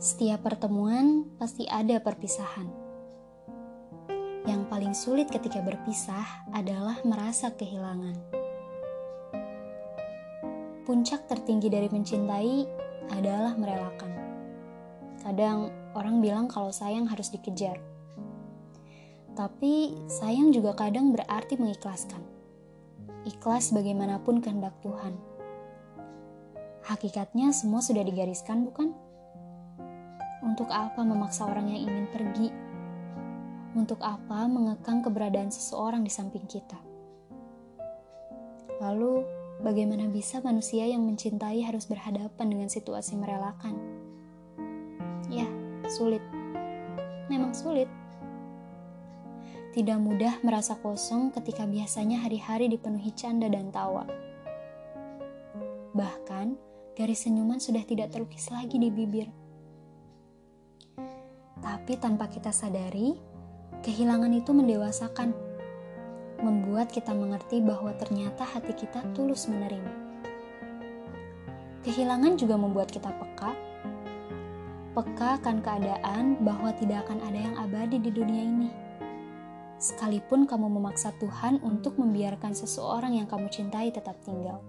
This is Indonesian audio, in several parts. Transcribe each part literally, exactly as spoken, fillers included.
Setiap pertemuan pasti ada perpisahan. Yang paling sulit ketika berpisah adalah merasa kehilangan. Puncak tertinggi dari mencintai adalah merelakan. Kadang orang bilang kalau sayang harus dikejar. Tapi sayang juga kadang berarti mengikhlaskan. Ikhlas bagaimanapun kehendak Tuhan. Hakikatnya semua sudah digariskan, bukan? Untuk apa memaksa orang yang ingin pergi? Untuk apa mengekang keberadaan seseorang di samping kita? Lalu, bagaimana bisa manusia yang mencintai harus berhadapan dengan situasi merelakan? Ya, sulit. Memang sulit. Tidak mudah merasa kosong ketika biasanya hari-hari dipenuhi canda dan tawa. Bahkan, garis senyuman sudah tidak terlukis lagi di bibir. Tapi tanpa kita sadari, kehilangan itu mendewasakan, membuat kita mengerti bahwa ternyata hati kita tulus menerima. Kehilangan juga membuat kita peka, peka akan keadaan bahwa tidak akan ada yang abadi di dunia ini. Sekalipun kamu memaksa Tuhan untuk membiarkan seseorang yang kamu cintai tetap tinggal.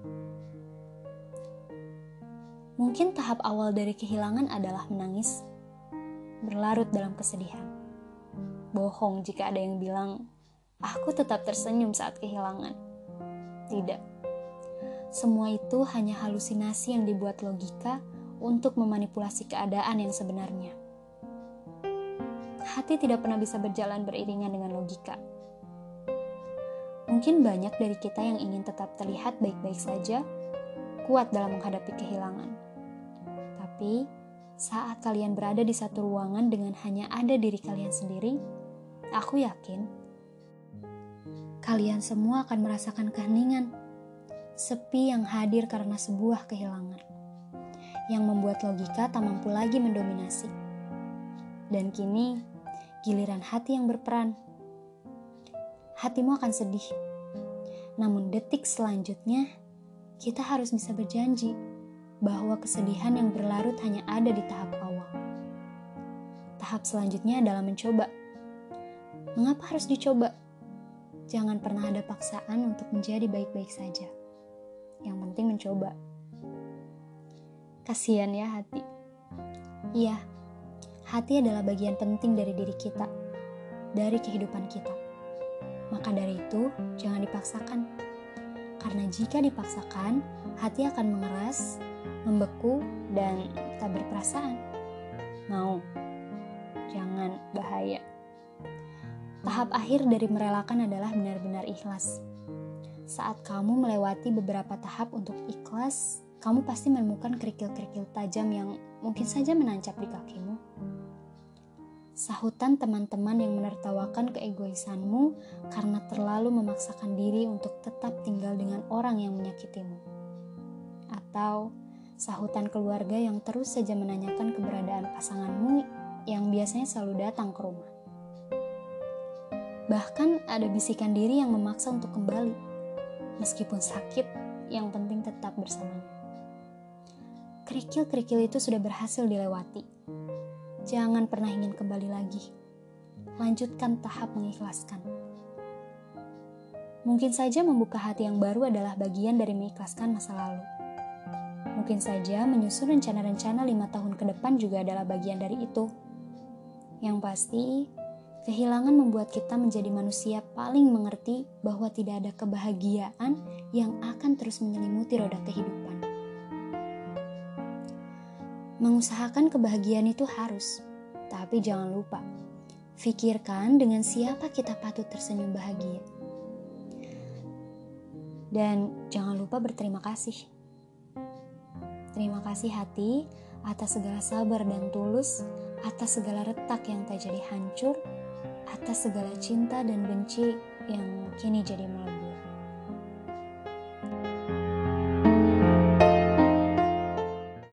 Mungkin tahap awal dari kehilangan adalah menangis, berlarut dalam kesedihan. Bohong jika ada yang bilang, aku tetap tersenyum saat kehilangan. Tidak. Semua itu hanya halusinasi yang dibuat logika untuk memanipulasi keadaan yang sebenarnya. Hati tidak pernah bisa berjalan beriringan dengan logika. Mungkin banyak dari kita yang ingin tetap terlihat baik-baik saja, kuat dalam menghadapi kehilangan. Tapi, saat kalian berada di satu ruangan dengan hanya ada diri kalian sendiri, aku yakin kalian semua akan merasakan keheningan, sepi yang hadir karena sebuah kehilangan, yang membuat logika tak mampu lagi mendominasi. Dan kini, giliran hati yang berperan. Hatimu akan sedih. Namun detik selanjutnya, kita harus bisa berjanji bahwa kesedihan yang berlarut hanya ada di tahap awal. Tahap selanjutnya adalah mencoba. Mengapa harus dicoba? Jangan pernah ada paksaan untuk menjadi baik-baik saja. Yang penting mencoba. Kasihan ya hati. Iya, hati adalah bagian penting dari diri kita, dari kehidupan kita. Maka dari itu, jangan dipaksakan. Karena jika dipaksakan, hati akan mengeras, membeku, dan tak berperasaan. Mau? Jangan, bahaya. Tahap akhir dari merelakan adalah benar-benar ikhlas. Saat kamu melewati beberapa tahap untuk ikhlas, kamu pasti menemukan kerikil-kerikil tajam yang mungkin saja menancap di kakimu. Sahutan teman-teman yang menertawakan keegoisanmu karena terlalu memaksakan diri untuk tetap tinggal dengan orang yang menyakitimu. Atau sahutan keluarga yang terus saja menanyakan keberadaan pasanganmu yang biasanya selalu datang ke rumah. Bahkan ada bisikan diri yang memaksa untuk kembali. Meskipun sakit, yang penting tetap bersamanya. Kerikil-kerikil itu sudah berhasil dilewati. Jangan pernah ingin kembali lagi. Lanjutkan tahap mengikhlaskan. Mungkin saja membuka hati yang baru adalah bagian dari mengikhlaskan masa lalu. Mungkin saja menyusun rencana-rencana lima tahun ke depan juga adalah bagian dari itu. Yang pasti, kehilangan membuat kita menjadi manusia paling mengerti bahwa tidak ada kebahagiaan yang akan terus menyelimuti roda kehidupan. Mengusahakan kebahagiaan itu harus, tapi jangan lupa, pikirkan dengan siapa kita patut tersenyum bahagia. Dan jangan lupa berterima kasih. Terima kasih hati atas segala sabar dan tulus, atas segala retak yang tak jadi hancur, atas segala cinta dan benci yang kini jadi meledak.